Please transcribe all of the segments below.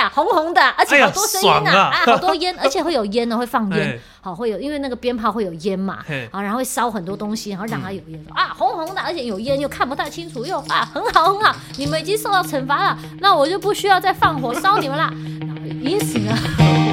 红红的，而且好多声音好多烟，而且会有烟会放烟，好会有，因为那个鞭炮会有烟嘛，然后会烧很多东西，然后让它有烟，红红的，而且有烟又看不太清楚，又很好很好，你们已经受到惩罚了，那我就不需要再放火烧你们啦。因此呢。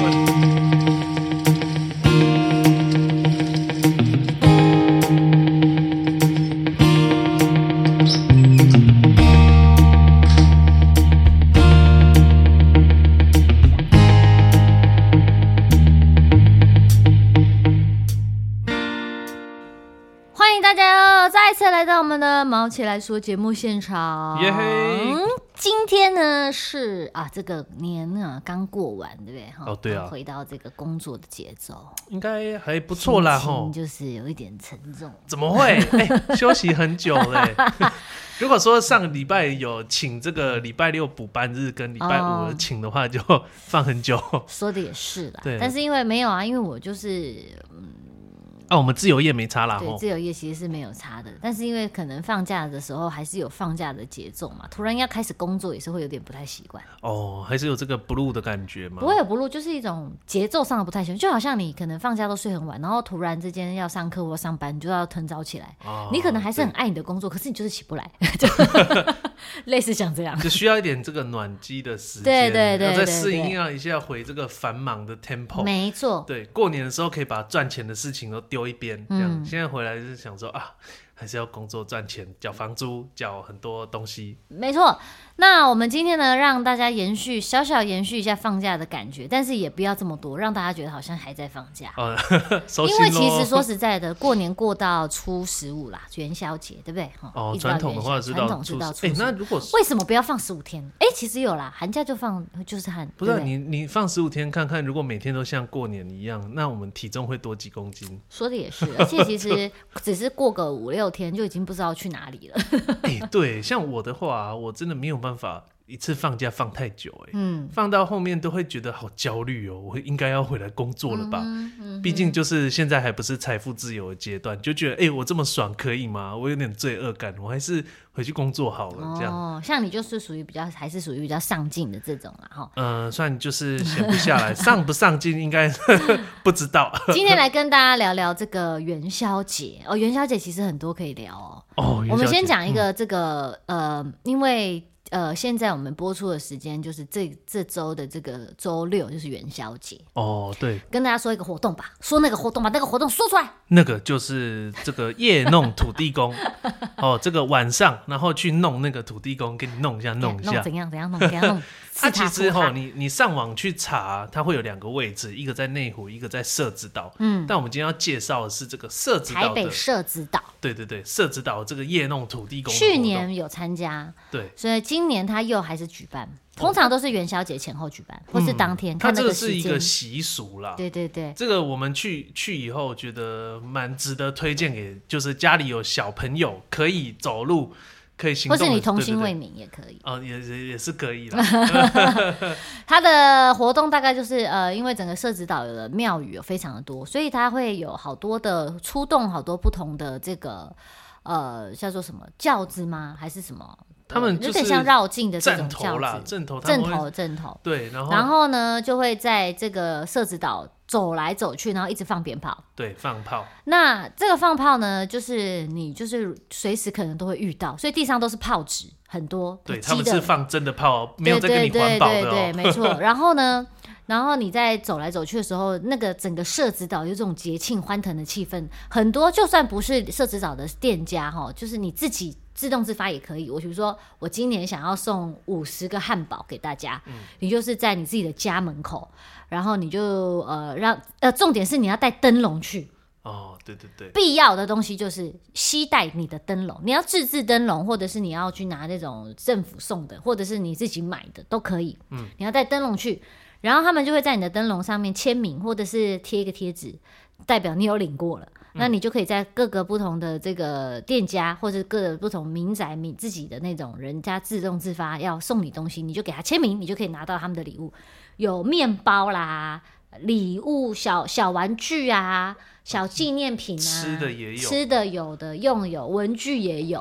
再次来到我们的毛起来说节目现场，今天呢是这个年刚过完，对不对？对啊，回到这个工作的节奏， 应该还不错啦。 心情就是有一点沉重。 怎么会？休息很久了。如果说上个礼拜有请这个礼拜六补班日跟礼拜五请的话，就放很久。 说的也是啦， 对， 但是因为没有因为我就是我们自由业没差啦。 对，自由业其实是没有差的，但是因为可能放假的时候还是有放假的节奏嘛，突然要开始工作也是会有点不太习惯。 还是有这个 blue 的感觉吗？ 不会有 blue， 就是一种节奏上的不太习惯，就好像你可能放假都睡很晚，然后突然之间要上课或上班，你就要很早起来。你可能还是很爱你的工作，可是你就是起不来，类似像这样， 就需要一点这个暖机的时间， 对， 要再适应一下回这个繁忙的 tempo。 没错， 对，过年的时候可以把赚钱的事情都丢一边，这样现在回来就是想说还是要工作赚钱，缴房租，缴很多东西。 没错，那我们今天呢，让大家小小延续一下放假的感觉，但是也不要这么多，让大家觉得好像还在放假。因为其实说实在的，过年过到初15啦，元宵节，对不对？ 传统的话是到初15。那如果为什么不要放15天？其实有啦，寒假就放，就是不是你放15天看看，如果每天都像过年一样，那我们体重会多几公斤？ 说的也是，而且其实只是过个5-6天就已经不知道去哪里了。 对，像我的话，我真的没有办法一次放假放太久，放到后面都会觉得好焦虑哦，我应该要回来工作了吧？毕竟就是现在还不是财富自由的阶段，就觉得我这么爽可以吗？我有点罪恶感，我还是回去工作好了。这样像你就是属于还是属于比较上进的这种啦， 算就是闲不下来，上不上进应该不知道。 今天来跟大家聊聊这个元宵节元宵节其实很多可以聊我们先讲一个这个因为现在我们播出的时间就是这周的这个周六就是元宵节对， 跟大家说一个活动吧，说那个活动把那个活动说出来。 那个就是这个夜弄土地公这个晚上然后去弄那个土地公，给你弄一下弄怎样弄其实你上网去查，它会有2个位置，一个在内湖，一个在社子岛。但我们今天要介绍的是这个社子岛的台北社子岛。 对，社子岛这个夜弄土地公的去年有参加， 对， 所以今年他又还是举办。通常都是元宵节前后举办，或是当天看那个时间。它这个是一个习俗啦。 对， 这个我们去以后觉得蛮值得推荐给，就是家里有小朋友可以走路可以行动的， 或是你童心未泯也可以。 也是可以啦。 它的活动大概就是因为整个社子岛的庙宇有非常的多，所以它会有好多的出动好多不同的这个叫做什么轿子吗？还是什么？ 他们就是有点像绕境的这种轿子， 阵头，对，然后呢就会在这个社子岛走来走去，然后一直放鞭炮。 对，放炮。那这个放炮呢，就是你就是随时可能都会遇到，所以地上都是炮纸很多。 对，他们是放真的炮，没有在跟你环保的对，没错。然后你在走来走去的时候，那个整个社子岛有这种节庆欢腾的气氛，很多就算不是社子岛的店家就是你自己自动自发也可以。比如说我今年想要送50个汉堡给大家，你就是在你自己的家门口，然后你就重点是你要带灯笼去。 对， 必要的东西就是携带你的灯笼，你要自制灯笼，或者是你要去拿那种政府送的，或者是你自己买的都可以。你要带灯笼去，然后他们就会在你的灯笼上面签名，或者是贴一个贴纸，代表你有领过了。那你就可以在各个不同的这个店家，或者各个不同民宅自己的那种人家自动自发要送你东西，你就给他签名，你就可以拿到他们的礼物，有面包啦、礼物、小玩具啊、小纪念品啊， 吃的也有， 吃的有的，用有，文具也有。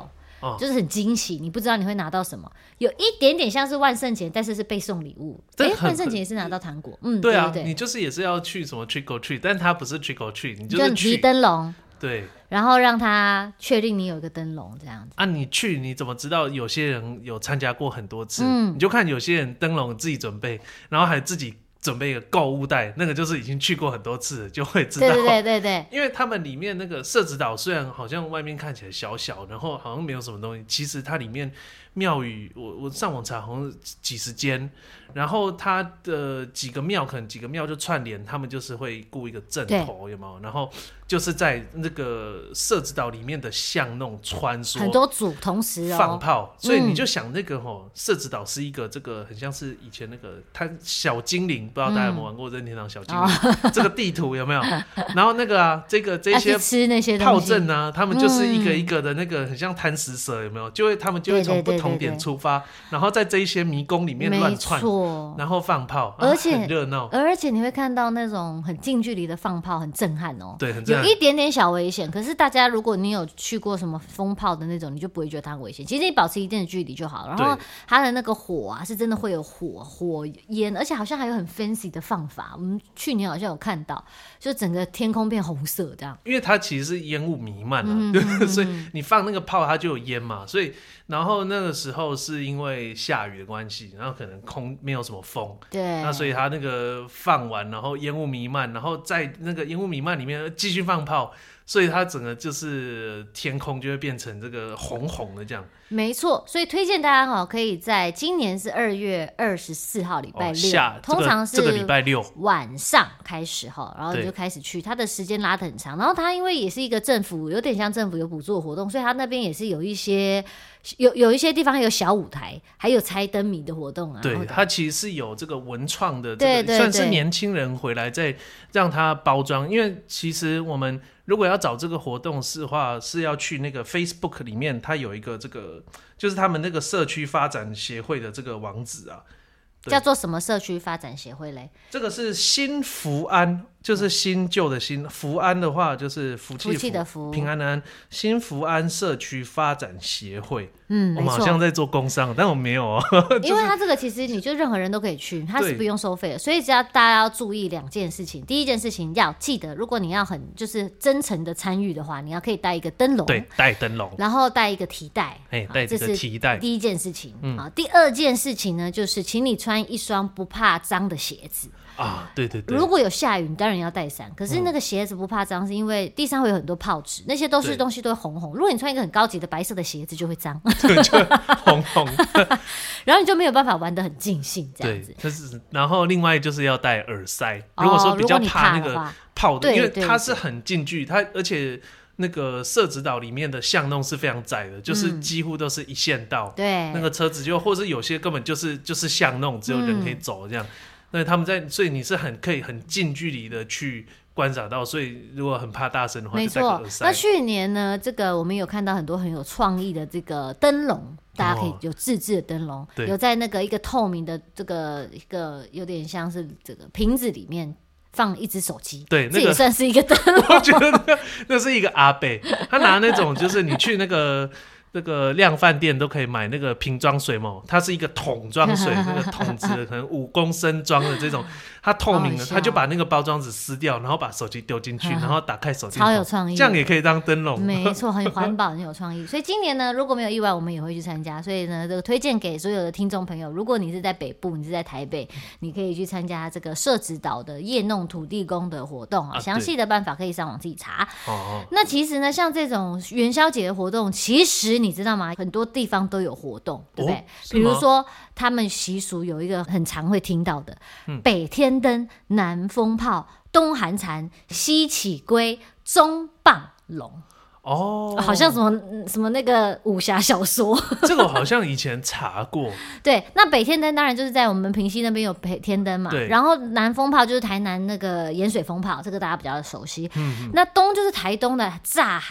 就是很惊喜，你不知道你会拿到什么，有一点点像是万圣节，但是是被送礼物。万圣节也是拿到糖果， 对啊，你就是也是要去什么 trick or treat， 但它不是 trick or treat， 你就是去提灯笼， 对， 然后让他确定你有一个灯笼这样子。 你去你怎么知道？有些人有参加过很多次，你就看有些人灯笼自己准备，然后还自己准备一个购物袋，那个就是已经去过很多次了，就会知道。 对， 因为他们里面那个社子岛虽然好像外面看起来小小，然后好像没有什么东西，其实它里面庙宇，我上网查好像几十间，然后它的几个庙可能几个庙就串联，他们就是会雇一个阵头，有没有？然后就是在那个社子岛里面的巷弄穿梭， 很多组同时放炮，所以你就想那个社子岛是一个这个很像是以前那个它小精灵，不知道大家有没有玩过任天堂小精灵，这个地图有没有？然后那个这些吃那些炮阵啊，他们就是一个一个的那个很像贪食蛇，有没有？他们就会从不同点出发，然后在这一些迷宫里面乱窜，然后放炮， 而且很热闹， 而且你会看到那种很近距离的放炮，很震撼哦。 对，很震撼， 有一点点小危险，可是大家如果你有去过什么风炮的那种，你就不会觉得它很危险。其实你保持一定的距离就好。然后它的那个火啊，是真的会有火焰，而且好像还有很 fancy 的放法。我们去年好像有看到，就整个天空变红色这样。 因为它其实是烟雾弥漫啊，所以你放那个炮它就有烟嘛，所以然后那个时候是因为下雨的关系，然后可能空没有什么风， 对， 那所以它那个放完，然后烟雾弥漫，然后在那个烟雾弥漫里面继续放炮，所以它整个就是天空就会变成这个红红的这样。 没错，所以推荐大家可以在今年是2月24号礼拜六，通常是这个礼拜六晚上开始然后你就开始去，它的时间拉得很长，然后它因为也是一个政府，有点像政府有补助的活动，所以它那边也是有一些有一些地方还有小舞台，还有猜灯谜的活动啊。 对，它其实是有这个文创的这个，算是年轻人回来再让它包装，因为其实我们如果要找这个活动的话，是要去那个 Facebook 里面，它有一个这个就是他们那个社区发展协会的这个网址啊， 叫做什么社区发展协会嘞？ 这个是新福安，就是新旧的新，福安的话就是福气的福，平安的安，新福安社区发展协会。我们好像在做工商，但我没有哦。 因为它这个其实你就任何人都可以去，它是不用收费的，所以只要大家要注意2件事情。第一件事情要记得，如果你要很就是真诚的参与的话，你要可以带一个灯笼， 对，带灯笼， 然后带一个提袋， 带这个提袋。 第一件事情。第二件事情呢，就是请你穿一双不怕脏的鞋子。 对， 如果有下雨，你当然要带伞。可是那个鞋子不怕脏，是因为地上会有很多泡纸，那些都是东西都会红红。如果你穿一个很高级的白色的鞋子，就会脏， 就红红的， 然后你就没有办法玩得很尽兴这样子。 对，然后另外就是要戴耳塞。如果说比较怕那个泡的，因为它是很近距离，而且那个社子岛里面的巷弄是非常窄的，就是几乎都是一线道。 对， 那个车子或是有些根本就是巷弄，只有人可以走这样。那他们所以你是可以很近距离的去观察到，所以如果很怕大声的话，就戴个耳塞。 那去年呢，这个我们有看到很多很有创意的这个灯笼，大家可以有自制的灯笼，有在那个一个透明的这个一个有点像是这个瓶子里面放一只手机， 对， 这也算是一个灯笼。 我觉得那是一个阿伯，他拿那种就是你去那个量贩店都可以买那个瓶装水嘛，它是一个桶装水，那个桶子可能5公升装的这种，它透明的，他就把那个包装纸撕掉，然后把手机丢进去，然后打开手机， 超有创意， 这样也可以当灯笼。 没错，很环保，很有创意。所以今年呢，如果没有意外，我们也会去参加。所以呢，这个推荐给所有的听众朋友，如果你是在北部，你是在台北，你可以去参加这个社子岛的夜弄土地公的活动啊。详细的办法可以上网自己查。那其实呢，像这种元宵节的活动，其实你知道吗？很多地方都有活动，对不对？比如说，他们习俗有一个很常会听到的，北天灯、南风炮、东寒蝉、西起龟、中棒龙。好像什么那个武侠小说， 这个我好像以前查过。 对，那北天灯当然就是在我们平溪那边有北天灯嘛，然后南风炮就是台南那个盐水风炮，这个大家比较熟悉。那东就是台东的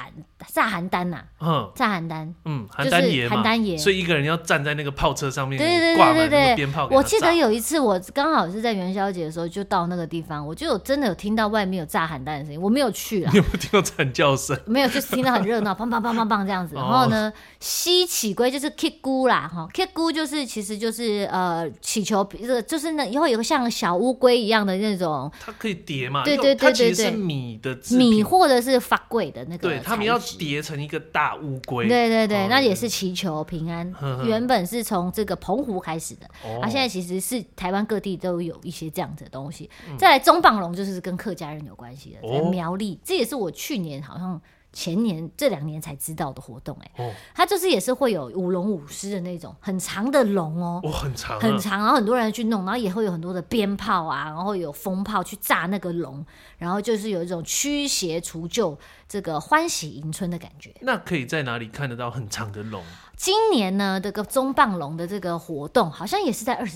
炸邯郸呐，炸邯郸， 邯郸爷嘛， 邯郸爷， 所以一个人要站在那个炮车上面， 对， 挂满那个鞭炮。 我记得有一次我刚好是在元宵节的时候就到那个地方，我就真的有听到外面有炸邯郸的声音，我没有去啊。 你有没有听到惨叫声？ 没有，就是听到很热闹，砰砰砰砰砰这样子。然后呢，西起龟就是 kick 菇啦，哈 ，kick 菇其实就是祈求这个就是那以后有个像小乌龟一样的那种， 它可以叠嘛， 对， 它其实是米的制品，米或者是发桂的那个， 对他们要叠成一个大乌龟， 对，那也是祈求平安。原本是从这个澎湖开始的，现在其实是台湾各地都有一些这样子的东西。再来中棒龙就是跟客家人有关系的，在苗栗，这也是我去年好像前年这2年才知道的活动。它就是也是会有舞龙舞狮的那种很长的龙很长很长，然后很多人去弄，然后也会有很多的鞭炮啊，然后有风炮去炸那个龙，然后就是有一种驱邪除旧、这个欢喜迎春的感觉。 那可以在哪里看得到很长的龙？ 今年呢，这个中棒龙的这个活动好像也是在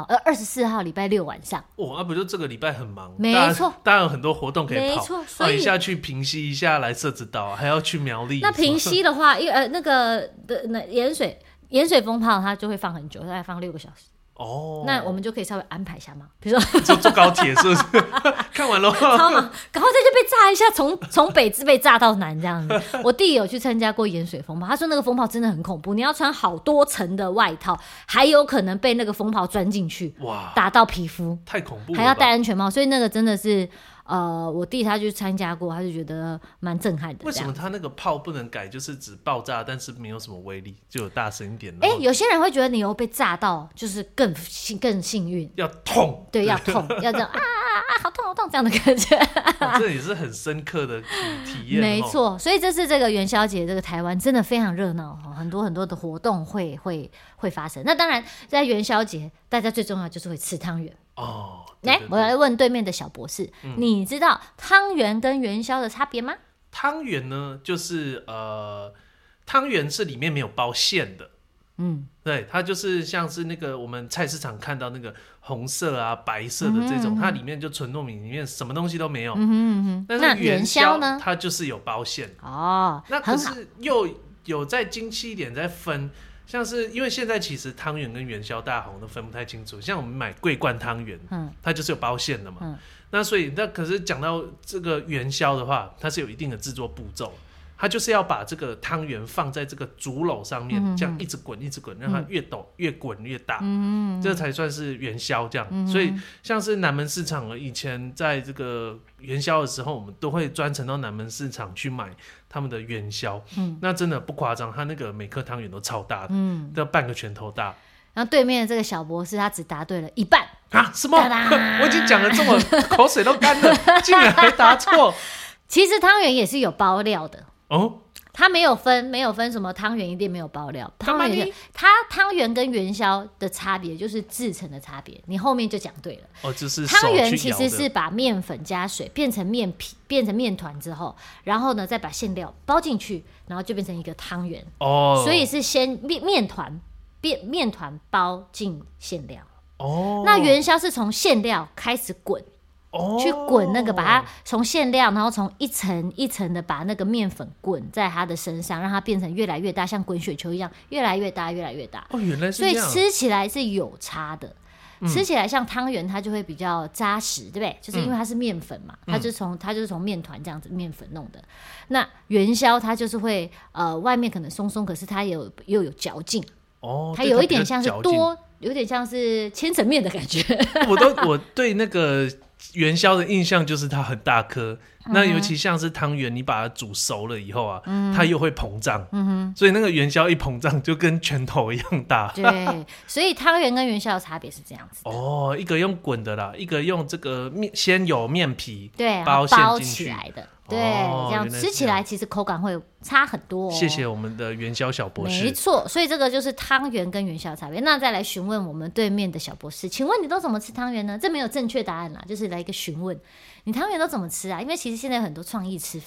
24号礼拜六晚上。 不就这个礼拜很忙？ 没错， 当然有很多活动可以跑。 没错，所以一下去平溪，一下来社子岛，还要去苗栗。 那平溪的话，那个的盐水风炮，它就会放很久，大概放6个小时。那我们就可以稍微安排一下嘛，比如说坐高铁是不是？看完了超忙，赶快再去被炸一下，从北至被炸到南这样子。我弟有去参加过盐水风炮，他说那个风炮真的很恐怖，你要穿好多层的外套，还有可能被那个风炮钻进去，打到皮肤， 太恐怖了吧， 还要戴安全帽，所以那个真的是。我弟他去参加过，他就觉得蛮震撼的。 为什么他那个炮不能改，就是只爆炸，但是没有什么威力，就有大声一点？ 有些人会觉得你有被炸到，就是更幸运， 要痛， 对，要痛，要这样好痛好痛这样的感觉。 这也是很深刻的体验。 没错，所以这是这个元宵节，这个台湾真的非常热闹，很多很多的活动会发生。那当然，在元宵节，大家最重要就是会吃汤圆。我来问对面的小博士，你知道汤圆跟元宵的差别吗？ 汤圆呢，就是汤圆是里面没有包馅的，对，它就是像是那个我们菜市场看到那个红色啊、白色的这种，它里面就纯糯米，里面什么东西都没有。但是元宵呢，它就是有包馅。那可是又有再精细一点再分。像是因为现在其实汤圆跟元宵大红都分不太清楚，像我们买桂冠汤圆，它就是有包馅的嘛。那所以可是讲到这个元宵的话，它是有一定的制作步骤，它就是要把这个汤圆放在这个竹篓上面，这样一直滚一直滚，让它越抖越滚越大，这才算是元宵这样。所以像是南门市场以前在这个元宵的时候，我们都会专程到南门市场去买他们的元宵，那真的不夸张，他那个每颗汤圆都超大的，都要半个拳头大。 然后对面的这个小博士，他只答对了一半啊！什么？我已经讲了这么口水都干了，竟然还答错。 其实汤圆也是有包料的哦。 它没有分什么汤圆一定没有包料，汤圆跟元宵的差别就是制成的差别，你后面就讲对了。 就是汤圆其实是把面粉加水变成面皮，变成面团之后，然后呢再把馅料包进去，然后就变成一个汤圆。所以是先面团包进馅料。那元宵是从馅料开始滚。去滚那个，把它从馅料，然后从一层一层的把那个面粉滚在它的身上，让它变成越来越大，像滚雪球一样，越来越大，越来越大。 原来是这样。 所以吃起来是有差的。吃起来像汤圆，它就会比较扎实，对不对？就是因为它是面粉嘛，它就是从面团这样子面粉弄的。那元宵它就是会外面可能松松，可是它又有嚼劲。它有一点像是有点像是千层面的感觉。 我对那个元宵的印象就是它很大颗，那尤其像是汤圆，你把它煮熟了以后啊，它又会膨胀，所以那个元宵一膨胀就跟拳头一样大。 对，所以汤圆跟元宵的差别是这样子的。 一个用滚的啦，一个用这个先有面皮， 对， 包起来的。对，这样吃起来其实口感会差很多。 谢谢我们的元宵小博士。 没错，所以这个就是汤圆跟元宵的差别。那再来询问我们对面的小博士，请问你都怎么吃汤圆呢？这没有正确答案啦，就是来一个询问，你汤圆都怎么吃啊？因为其实现在有很多创意吃法。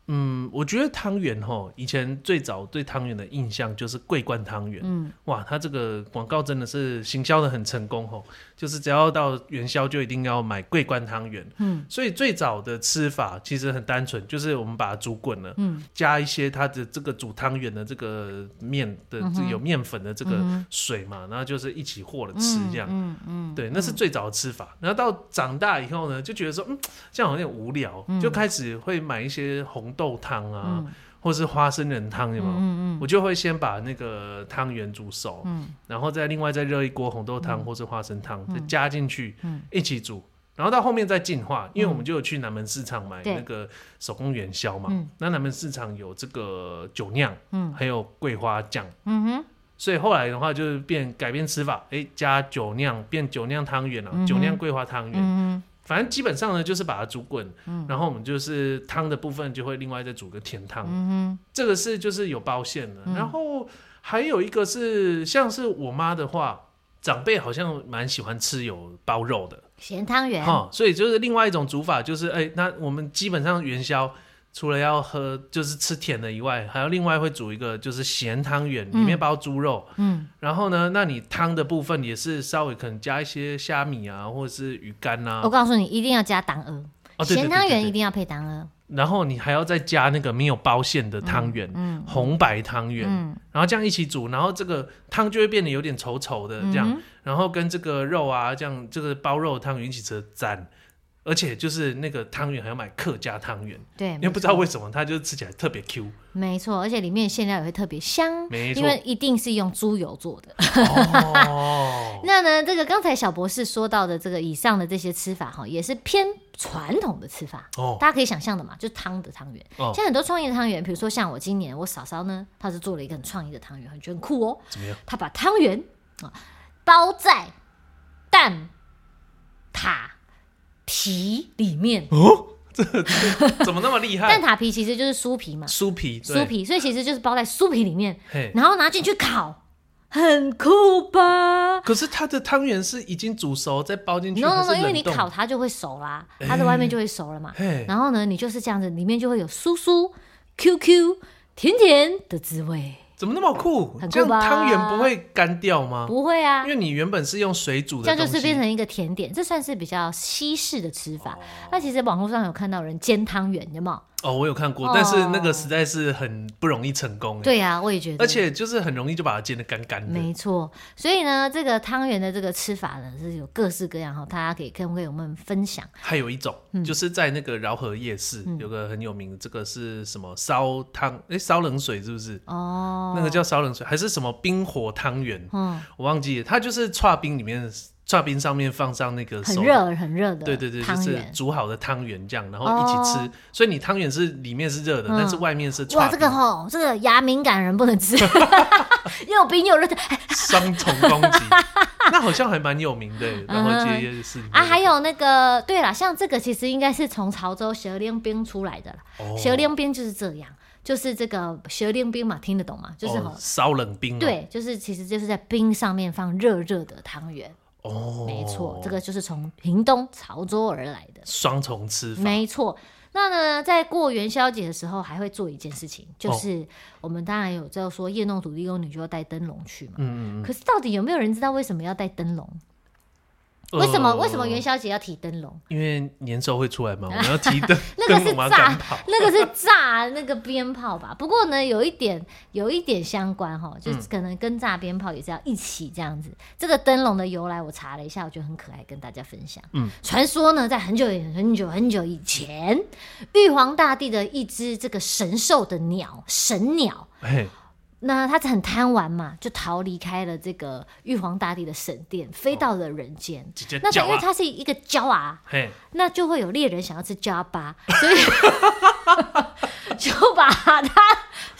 我觉得汤圆以前最早对汤圆的印象就是桂冠汤圆。哇，它这个广告真的是行销的很成功就是只要到元宵就一定要买桂冠汤圆。所以最早的吃法其实很单纯，就是我们把它煮滚了，加一些它的这个煮汤圆的这个面的有面粉的这个水嘛，然后就是一起和了吃这样。对，那是最早的吃法。然后到长大以后呢，就觉得说这样好像有点无聊，就开始会买一些红豆汤啊，或是花生仁汤，有没有？我就会先把那个汤圆煮熟，然后再另外再热一锅红豆汤或是花生汤，再加进去一起煮，然后到后面再进化，因为我们就有去南门市场买那个手工元宵嘛，那南门市场有这个酒酿，还有桂花酱，所以后来的话就是改变吃法，加酒酿变酒酿汤圆了，酒酿桂花汤圆。反正基本上呢，就是把它煮滚，然后我们就是汤的部分就会另外再煮个甜汤，这个是就是有包馅的。然后还有一个是，像是我妈的话，长辈好像蛮喜欢吃有包肉的咸汤圆， 所以就是另外一种煮法，就是那我们基本上元宵除了要喝就是吃甜的以外，还要另外会煮一个就是咸汤圆，里面包猪肉，然后呢，那你汤的部分也是稍微可能加一些虾米啊，或者是鱼干啊。 我告诉你，一定要加当鹅，咸汤圆一定要配当鹅。 然后你还要再加那个没有包馅的汤圆，红白汤圆，然后这样一起煮，然后这个汤就会变得有点稠稠的这样，然后跟这个肉啊，这样这个包肉汤圆一起吃赞。而且就是那个汤圆还要买客家汤圆， 对， 因为不知道为什么它就是吃起来特别 Q， 没错，而且里面馅料也会特别香，没错，因为一定是用猪油做的。那呢，这个刚才小博士说到的这个以上的这些吃法也是偏传统的吃法，大家可以想象的嘛，就是汤的汤圆。现在很多创意的汤圆，比如说像我今年我嫂嫂呢，她是做了一个很创意的汤圆，很觉得很酷哦。 怎么样？ 她把汤圆包在蛋挞皮里面这怎么那么厉害？ 蛋挞皮其实就是酥皮嘛， 酥皮， 所以其实就是包在酥皮里面，然后拿进去烤，很酷吧？ 可是它的汤圆是已经煮熟再包进去， no， 因为你烤它就会熟啦，它的外面就会熟了嘛。然后呢，你就是这样子，里面就会有酥酥、QQ、甜甜的滋味。 怎么那么酷？ 很酷吧？ 这样汤圆不会干掉吗？ 不会啊， 因为你原本是用水煮的东西， 这样就是变成一个甜点，这算是比较西式的吃法。那其实网络上有看到人煎汤圆，有没有？ 我有看过，但是那个实在是很不容易成功。 对啊，我也觉得， 而且就是很容易就把它煎得干干的。 没错，所以呢，这个汤圆的这个吃法呢是有各式各样，大家可以跟我们分享。 还有一种，就是在那个饶河夜市有个很有名的，这个是什么烧汤？烧冷水是不是？那个叫烧冷水，还是什么冰火汤圆？我忘记了，它就是剉冰里面。剉冰上面放上那个很热的， 对，就是煮好的汤圆这样，然后一起吃。所以你汤圆是里面是热的，但是外面是剉冰。 哇，这个牙敏感人不能吃，又冰又热的， 双重攻击。那好像还蛮有名的，然后夜市还有那个对啦，像这个其实应该是从潮州蛇溜冰出来的啦。蛇溜冰就是这样。就是这个蛇溜冰嘛，听得懂吗？就是烧冷冰。 对，就是其实就是在冰上面放热的汤圆。没错，这个就是从屏东潮州而来的双重吃法。 没错，那呢，在过元宵节的时候，还会做一件事情，就是我们当然有知道说夜弄土地公，你就要带灯笼去嘛。可是到底有没有人知道为什么要带灯笼？为什么元宵节要提灯笼？ 因为年兽会出来嘛，我们要提灯。 那个是炸那个鞭炮吧？不过呢，有一点相关就是可能跟炸鞭炮也是要一起这样子。这个灯笼的由来我查了一下，我觉得很可爱，跟大家分享。传说呢，在很久以前，玉皇大帝的一只这个神兽的神鸟。那他很贪玩嘛，就逃离开了这个玉皇大帝的神殿，飞到了人间。那因为他是一个焦啊，那就会有猎人想要吃焦巴，所以就把他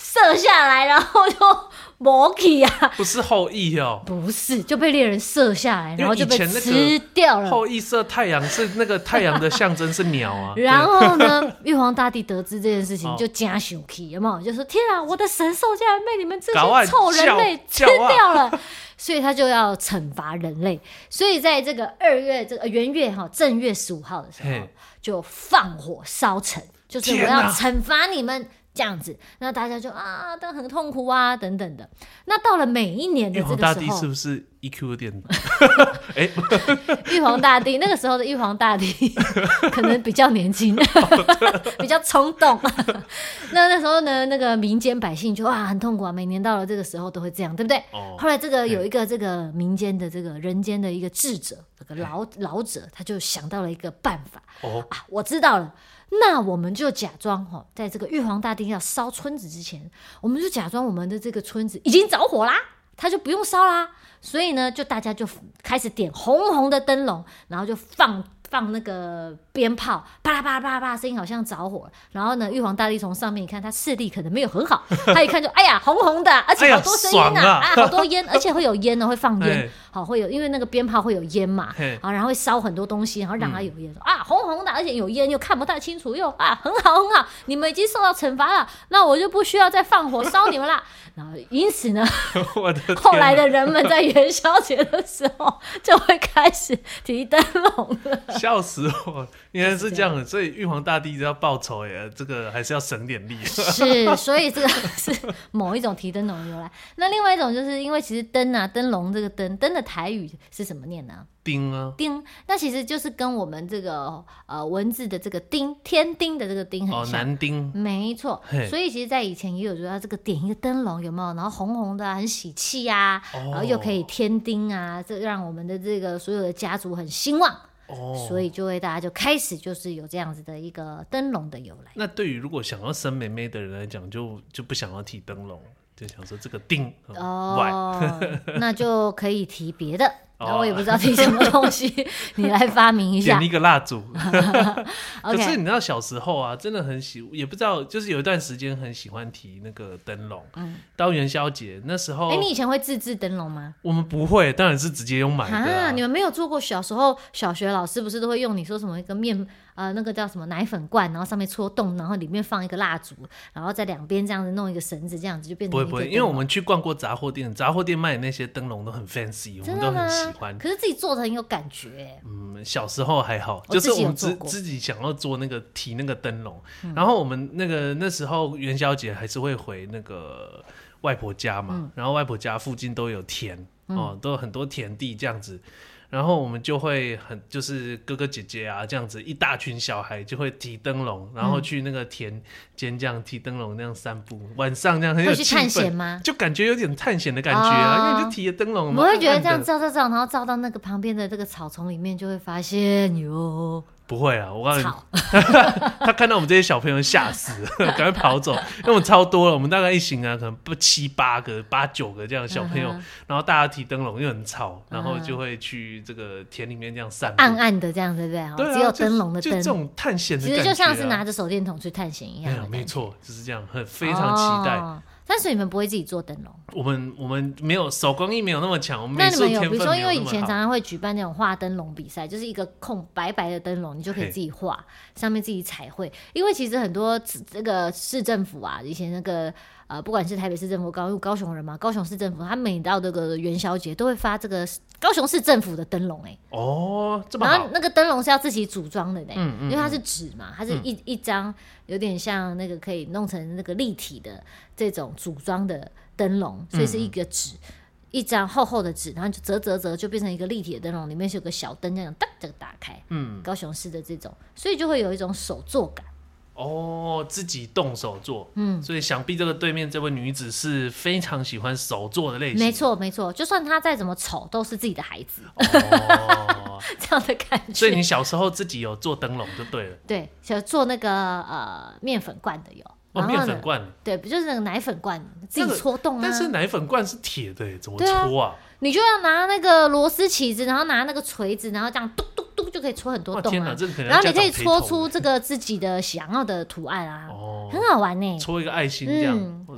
射下来，然后就没去啊。 不是后羿哦， 不是，就被猎人射下来，然后就被因为以前吃掉了。 后羿射太阳是那个太阳的象征是鸟啊。 然后呢，玉皇大帝得知这件事情哦就加生气，有没有？就说天啊，我的神兽竟然被你们这搞啊些臭人类吃叫啊掉了，所以他就要惩罚人类。所以在这个2月这个元月正月15号的时候，就放火烧城，就是我要惩罚你们。这样子，那大家就但很痛苦啊，等等的。那到了每一年的这个时候， 玉皇大帝是不是 EQ 有点？ 玉皇大帝那个时候的玉皇大帝可能比较年轻，比较冲动。那时候呢，那个民间百姓就很痛苦啊，每年到了这个时候都会这样，对不对？后来这个有一个这个民间的这个人间的一个智者，这个老者，他就想到了一个办法。我知道了。那我们就假装在这个玉皇大帝要烧村子之前，我们就假装我们的这个村子已经着火啦，他就不用烧啦。所以呢，就大家就开始点红红的灯笼，然后就放那个鞭炮，啪啦啪啦啪啦啪啦，声音好像着火了。然后呢，玉皇大帝从上面一看，他视力可能没有很好，他一看就哎呀红红的，而且好多声音好多烟，而且会有烟会放烟，好会有，因为那个鞭炮会有烟嘛，然后会烧很多东西，然后让它有烟，红红的，而且有烟又看不太清楚，又很好很好，你们已经受到惩罚了，那我就不需要再放火烧你们啦。然后因此呢，后来的人们在元宵节的时候就会开始提灯笼了。 笑死我！原来是这样的，所以玉皇大帝要报仇这个还是要省点力。 是，所以这个是某一种提灯笼的由来。那另外一种就是因为其实灯笼这个灯的台语是什么念呢？ 丁啊， 丁，那其实就是跟我们这个文字的这个丁，天丁的这个丁很像， 男丁， 没错。所以其实，在以前也有说要这个点一个灯笼，有没有？然后红红的很喜气啊，然后又可以添丁啊，这让我们的这个所有的家族很兴旺。所以就会大家就开始就是有这样子的一个灯笼的由来。 那对于如果想要生妹妹的人来讲，就不想要提灯笼，就想说这个丁那就可以提别的。那我也不知道提什么东西，你来发明一下。 点一个蜡烛。可是你知道小时候啊，真的很也不知道，就是有一段时间很喜欢提那个灯笼。到元宵节那时候， 你以前会自制灯笼吗？ 我们不会，当然是直接用买的。 你们没有做过？小时候小学老师不是都会用你说什么一个那个叫什么奶粉罐，然后上面戳洞，然后里面放一个蜡烛，然后在两边这样子弄一个绳子，这样子就变成一个不会，因为我们去逛过杂货店，杂货店卖的那些灯笼都很 fancy， 我们都很喜欢。 可是自己做的很有感觉。 小时候还好，就是我们自己想要做那个提那个灯笼，然后我们那时候元宵节还是会回那个外婆家嘛，然后外婆家附近都有田都有很多田地这样子。然后我们就会就是哥哥姐姐啊这样子一大群小孩就会提灯笼，然后去那个田间这样提灯笼那样散步，晚上这样很有气氛。会去探险吗？就感觉有点探险的感觉因为你就提了灯笼嘛。 我会觉得这样照，然后照到那个旁边的这个草丛里面，就会发现哟。 不会啊，我告诉你，他看到我们这些小朋友吓死了，赶快跑走，因为我们超多了，我们大概一行可能7、8个、8、9个这样的小朋友，然后大家提灯笼又很吵，然后就会去这个田里面这样散步， 暗暗的这样，对不对？ 对， 只有灯笼的灯， 就这种探险的感觉， 其实就像是拿着手电筒去探险一样。 没错，就是这样，非常期待。 但是你们不会自己做灯笼？ 我们没有手工艺没有那么强，我们那你们有比如说，因为以前常常会举办那种画灯笼比赛，就是一个空白白的灯笼，你就可以自己画，上面自己彩绘。因为其实很多这个市政府啊，以前那个不管是台北市政府、高雄人嘛，高雄市政府，他每到这个元宵节都会发这个高雄市政府的灯笼这么好。 然后那个灯笼是要自己组装的因为它是纸嘛，它是一张有点像那个可以弄成那个立体的这种组装的灯笼，所以是一个纸，一张厚厚的纸，然后就折就变成一个立体的灯笼，里面是有个小灯这样这个打开。高雄市的这种，所以就会有一种手作感。 自己动手做，所以想必这个对面这位女子是非常喜欢手做的类型。 没错，就算她再怎么丑，都是自己的孩子。这样的感觉。 所以你小时候自己有做灯笼就对了。 对，做那个面粉罐的有。 面粉罐， 对，不就是那个奶粉罐自己戳洞啊？ 但是奶粉罐是铁的，怎么戳啊？ 你就要拿那个螺丝起子，然后拿那个锤子，然后这样嘟嘟嘟就可以戳很多洞啊。然后你可以戳出这个自己的想要的图案啊，很好玩呢。 戳一个爱心这样，或者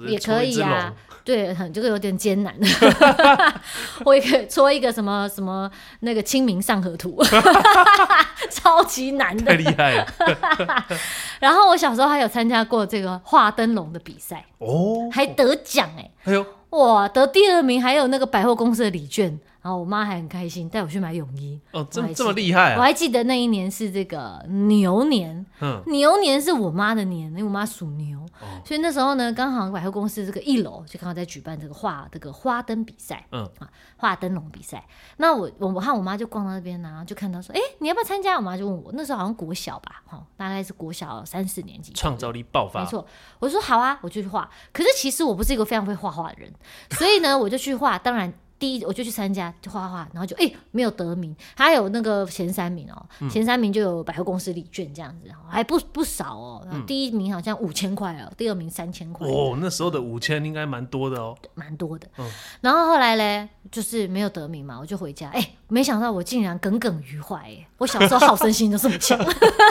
也可以啊，对，这个有点艰难。我也可以搓一个什么什么那个清明上河图，超级难的， 太厉害了。 然后我小时候还有参加过这个画灯笼的比赛哦，还得奖哎呦，哇，得第2名，还有那个百货公司的礼券。然后我妈还很开心，带我去买泳衣。 哦，这么厉害啊！ 我还记得那一年是这个牛年，牛年是我妈的年，因为我妈属牛，所以那时候呢，刚好百货公司这个1楼就刚好在举办这个花灯比赛，画灯笼比赛。那我和我妈就逛到那边，然后就看到说，你要不要参加？我妈就问我，那时候好像国小吧，大概是国小3、4年级， 创造力爆发。 没错，我说好啊，我就去画。可是其实我不是一个非常会画画的人，所以呢，我就去画。当然。第一我就去参加，就画画，然后就没有得名，还有那个前3名哦，前3名就有百货公司礼券这样子，还不少哦。第1名好像5000块哦，第2名3000块哦，那时候的5000应该蛮多的哦， 蛮多的。然后后来嘞，就是没有得名嘛，我就回家，没想到我竟然耿耿于怀，我小时候好胜心就这么强，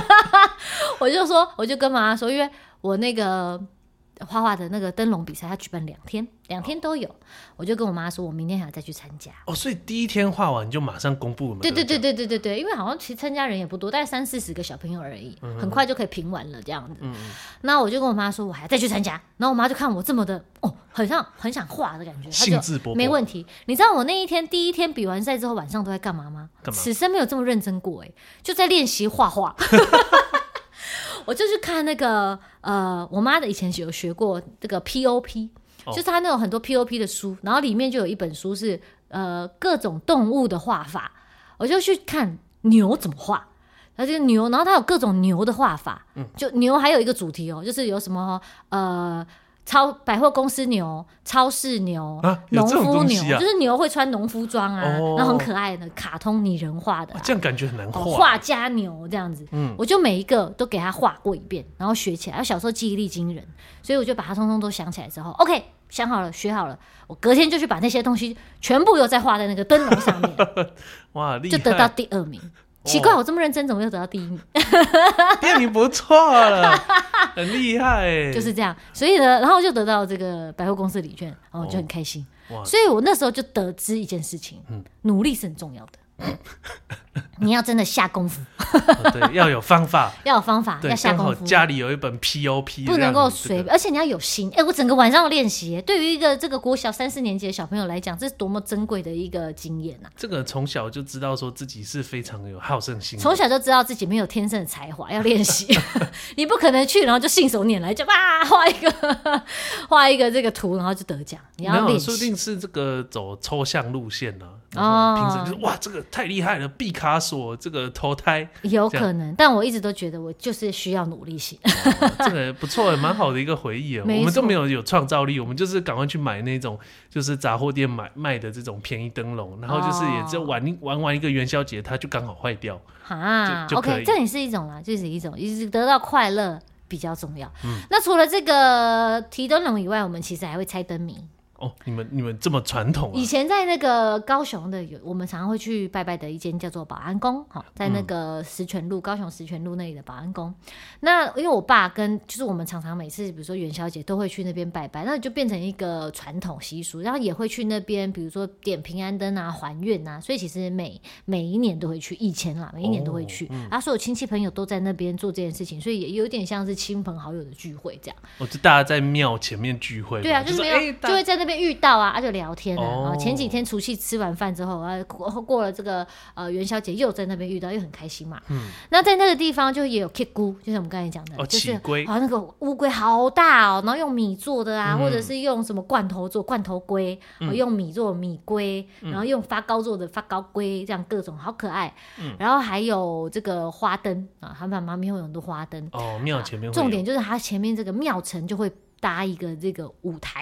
我就跟妈妈说，因为我那个。画画的那个灯笼比赛，他举办2天都有，我就跟我妈说，我明天还要再去参加。 哦，所以第1天画完就马上公布了吗？ 对，因为好像其实参加人也不多，大概30-40个小朋友而已，很快就可以评完了这样子。那我就跟我妈说，我还要再去参加。然后我妈就看我这么的很想画的感觉， 兴致勃勃， 没问题。你知道我那第一天比完赛之后晚上都在干嘛吗？此生没有这么认真过，就在练习画画。我就去看那个我妈的以前有学过这个 POP，就是她那种很多 POP 的书，然后里面就有一本书是各种动物的画法，我就去看牛怎么画。然后这个牛，然后它有各种牛的画法，就牛还有一个主题就是有什么百货公司牛、超市牛、农夫牛，就是牛会穿农夫装啊，然后很可爱的卡通拟人化的， 这样感觉很难画。 画家牛这样子，我就每一个都给他画过一遍，然后学起来。小时候记忆力惊人，所以我就把它通通都想起来之后 ，OK， 想好了，学好了，我隔天就去把那些东西全部又再画在那个灯笼上面， 哇，厉害， 就得到第2名。奇怪，我这么认真，怎么又得到第1名？ 第2名不错了，很厉害耶， 就是这样。所以呢，然后就得到这个百货公司礼券，然后就很开心。所以我那时候就得知一件事情，努力是很重要的。你要真的下功夫， 对，要有方法， 要下功夫。 刚好家里有一本 POP， 不能够随便，而且你要有心。我整个晚上练习，对于一个这个国小3、4年级的小朋友来讲，这是多么珍贵的一个经验啊！ 这个从小就知道说自己是非常有好胜心， 从小就知道自己没有天生的才华，要练习。你不可能去然后就信手拈来就画一个这个图，然后就得奖。你要练习， 说不定是这个走抽象路线呢。评审就是哇，这个太厉害了，毕卡索这个投胎有可能，但我一直都觉得我就是需要努力型。 这个不错，蛮好的一个回忆我们都没有创造力，我们就是赶快去买那种就是杂货店卖的这种便宜灯笼，然后就是也只有玩完一个元宵节，它就刚好坏掉就可以。 OK， 这也是一种啦，就是一种得到快乐比较重要。那除了这个提灯笼以外，我们其实还会猜灯谜。 你们这么传统以前在那个高雄的我们常常会去拜拜的一间叫做保安宫，在那个石泉路，高雄石泉路那里的保安宫。那因为我爸就是我们常常每次比如说元宵节都会去那边拜拜，那就变成一个传统习俗，然后也会去那边比如说点平安灯啊、还愿啊，所以其实每一年都会去，以前啦每一年都会去，然后所有亲戚朋友都在那边做这件事情，所以也有点像是亲朋好友的聚会这样。 就大家在庙前面聚会， 对啊，就是就会在那边遇到啊，就聊天啊。前几天除夕吃完饭之后过了这个元宵节又在那边遇到，又很开心嘛。那在那个地方就也有 K 菇，就像我们刚才讲的，就是那个乌龟好大然后用米做的啊，或者是用什么罐头做罐头龟，用米做米龟，然后用发糕做的发糕龟，这样各种好可爱。然后还有这个花灯啊，他们旁边会有很多花灯庙前面会有， 重点就是它前面这个庙城就会搭一个这个舞台。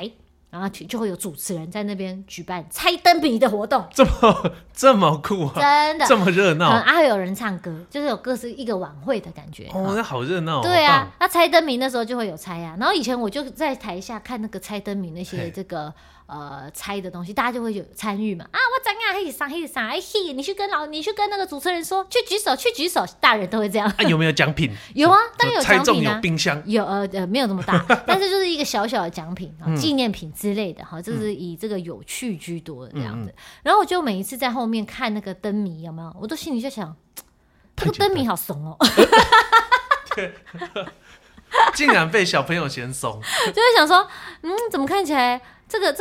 然后就会有主持人在那边举办猜灯谜的活动， 这么酷啊， 真的这么热闹， 会有人唱歌，就是有各式一个晚会的感觉。 那好热闹。 对啊，那猜灯谜那时候就会有猜啊，然后以前我就在台下看那个猜灯谜那些这个猜的东西，大家就会有参与嘛。啊，我怎样黑啥，哎嘿，你去跟那个主持人说，去举手，大人都会这样。 有没有奖品？ 有啊，当然有奖品啊。 猜中有冰箱， 有没有这么大，但是就是一个小小的奖品纪念品之类的哈，就是以这个有趣居多的这样子。然后我就每一次在后面看那个灯谜有没有，我都心里就想，这个灯谜好怂哦。 对。竟然被小朋友嫌怂， 就会想说，怎么看起来这个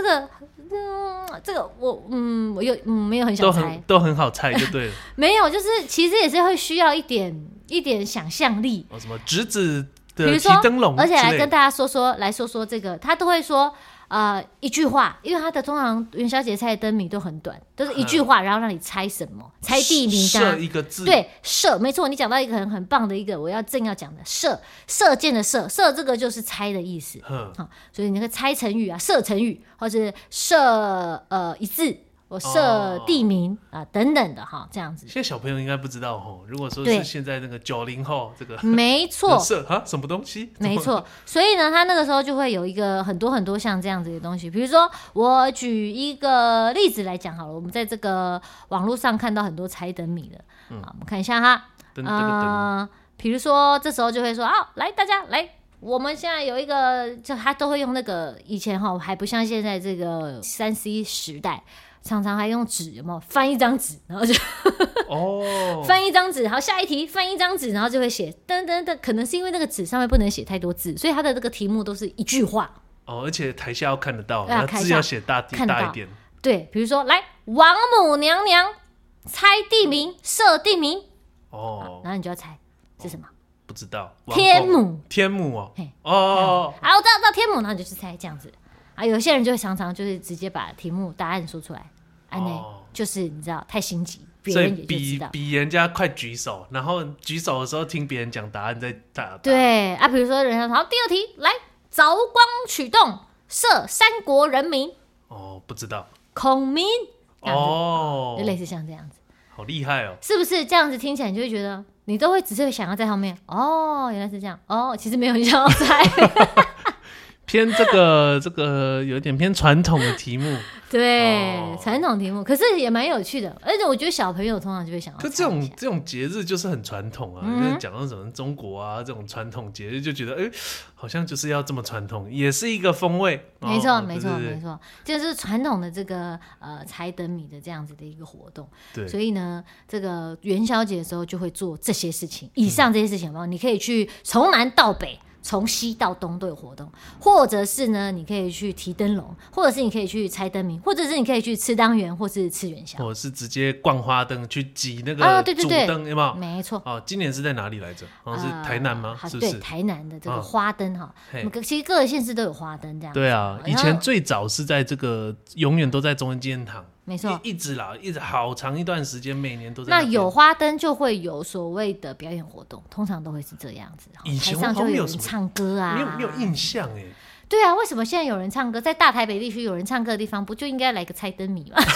我没有很想猜， 都很好猜就对了。 没有，就是其实也是会需要一点想象力。 什么直子的比如说提灯笼， 而且来跟大家说说这个，他都会说一句话，因为他的通常元宵节猜的灯谜都很短，都是一句话，然后让你猜什么，猜地名， 射一个字， 对，射，没错，你讲到一个很棒的一个，我要讲的射箭的射这个就是猜的意思，所以你那个猜成语啊，射成语，或者射一字。我设地名等等的哈，这样子。 现在小朋友应该不知道哈。如果说是现在那个90后这个， 没错， 设什么东西？ 没错。所以呢，他那个时候就会有一个很多像这样子的东西。比如说，我举一个例子来讲好了。我们在这个网络上看到很多猜灯谜的，我们看一下哈。比如说这时候就会说来大家来。我们现在有一个，就他都会用那个以前还不像现在这个3C 时代。常常还用纸，有没有翻一张纸，然后就翻一张纸，然后下一题翻一张纸，然后就会写噔噔噔。可能是因为那个纸上面不能写太多字，所以它的这个题目都是一句话。 而且台下要看得到，那字要写大一点。 对，比如说来王母娘娘猜地名，设地名。然后你就要猜是什么？ 不知道。 天母哦。 我知道天母，然后你就去猜这样子。有些人就会常常就是直接把题目答案说出来，就是你知道太心急，别人也就知道， 比人家快举手，然后举手的时候听别人讲答案再答。 对比如说人家好，第二题来凿光取动设三国人名， 不知道， 孔明就类似像这样子， 好厉害哦， 是不是这样子听起来你就会觉得你都会只是想要在后面原来是这样其实没有你想要猜。 偏这个有点偏传统的题目， 对，传统题目，可是也蛮有趣的，而且我觉得小朋友通常就会想要猜一下。 可这种节日就是很传统啊，因为讲到什么中国啊这种传统节日，就觉得好像就是要这么传统，也是一个风味。 没错，就是传统的这个猜灯谜的这样子的一个活动。 对， 所以呢，这个元宵节的时候就会做这些事情，以上这些事情，你可以去从南到北。从西到东都有活动，或者是呢，你可以去提灯笼，或者是你可以去猜灯谜，或者是你可以去吃汤圆，或是吃元宵， 或者是直接逛花灯去挤那个主灯，有没有？ 没错。 今年是在哪里来着？好像是台南吗？是不是？ 对，台南的这个花灯哈，其实各个县市都有花灯这样。 对啊，以前最早是在这个永远都在中央纪念堂。 没错， 一直好长一段时间，每年都在。 那有花灯就会有所谓的表演活动，通常都会是这样子。 以前台上就会有人唱歌啊， 没有印象哎。 对啊，为什么现在有人唱歌？在大台北地区有人唱歌的地方，不就应该来个猜灯谜吗？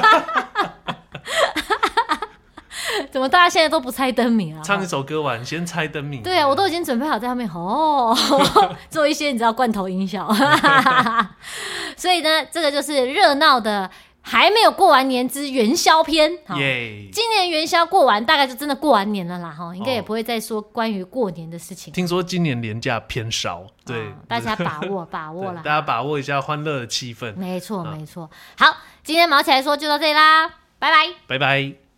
怎么大家现在都不猜灯谜啊？ 唱一首歌完，先猜灯谜。 对啊，我都已经准备好在后面做一些你知道罐头音效。所以呢，这个就是热闹的。还没有过完年之元宵篇，今年元宵过完，大概就真的过完年了啦，应该也不会再说关于过年的事情。 听说今年连假偏少，对， 大家把握啦， 大家把握一下欢乐的气氛。 没错。好，今天毛起来说就到这里啦，拜拜， 拜拜。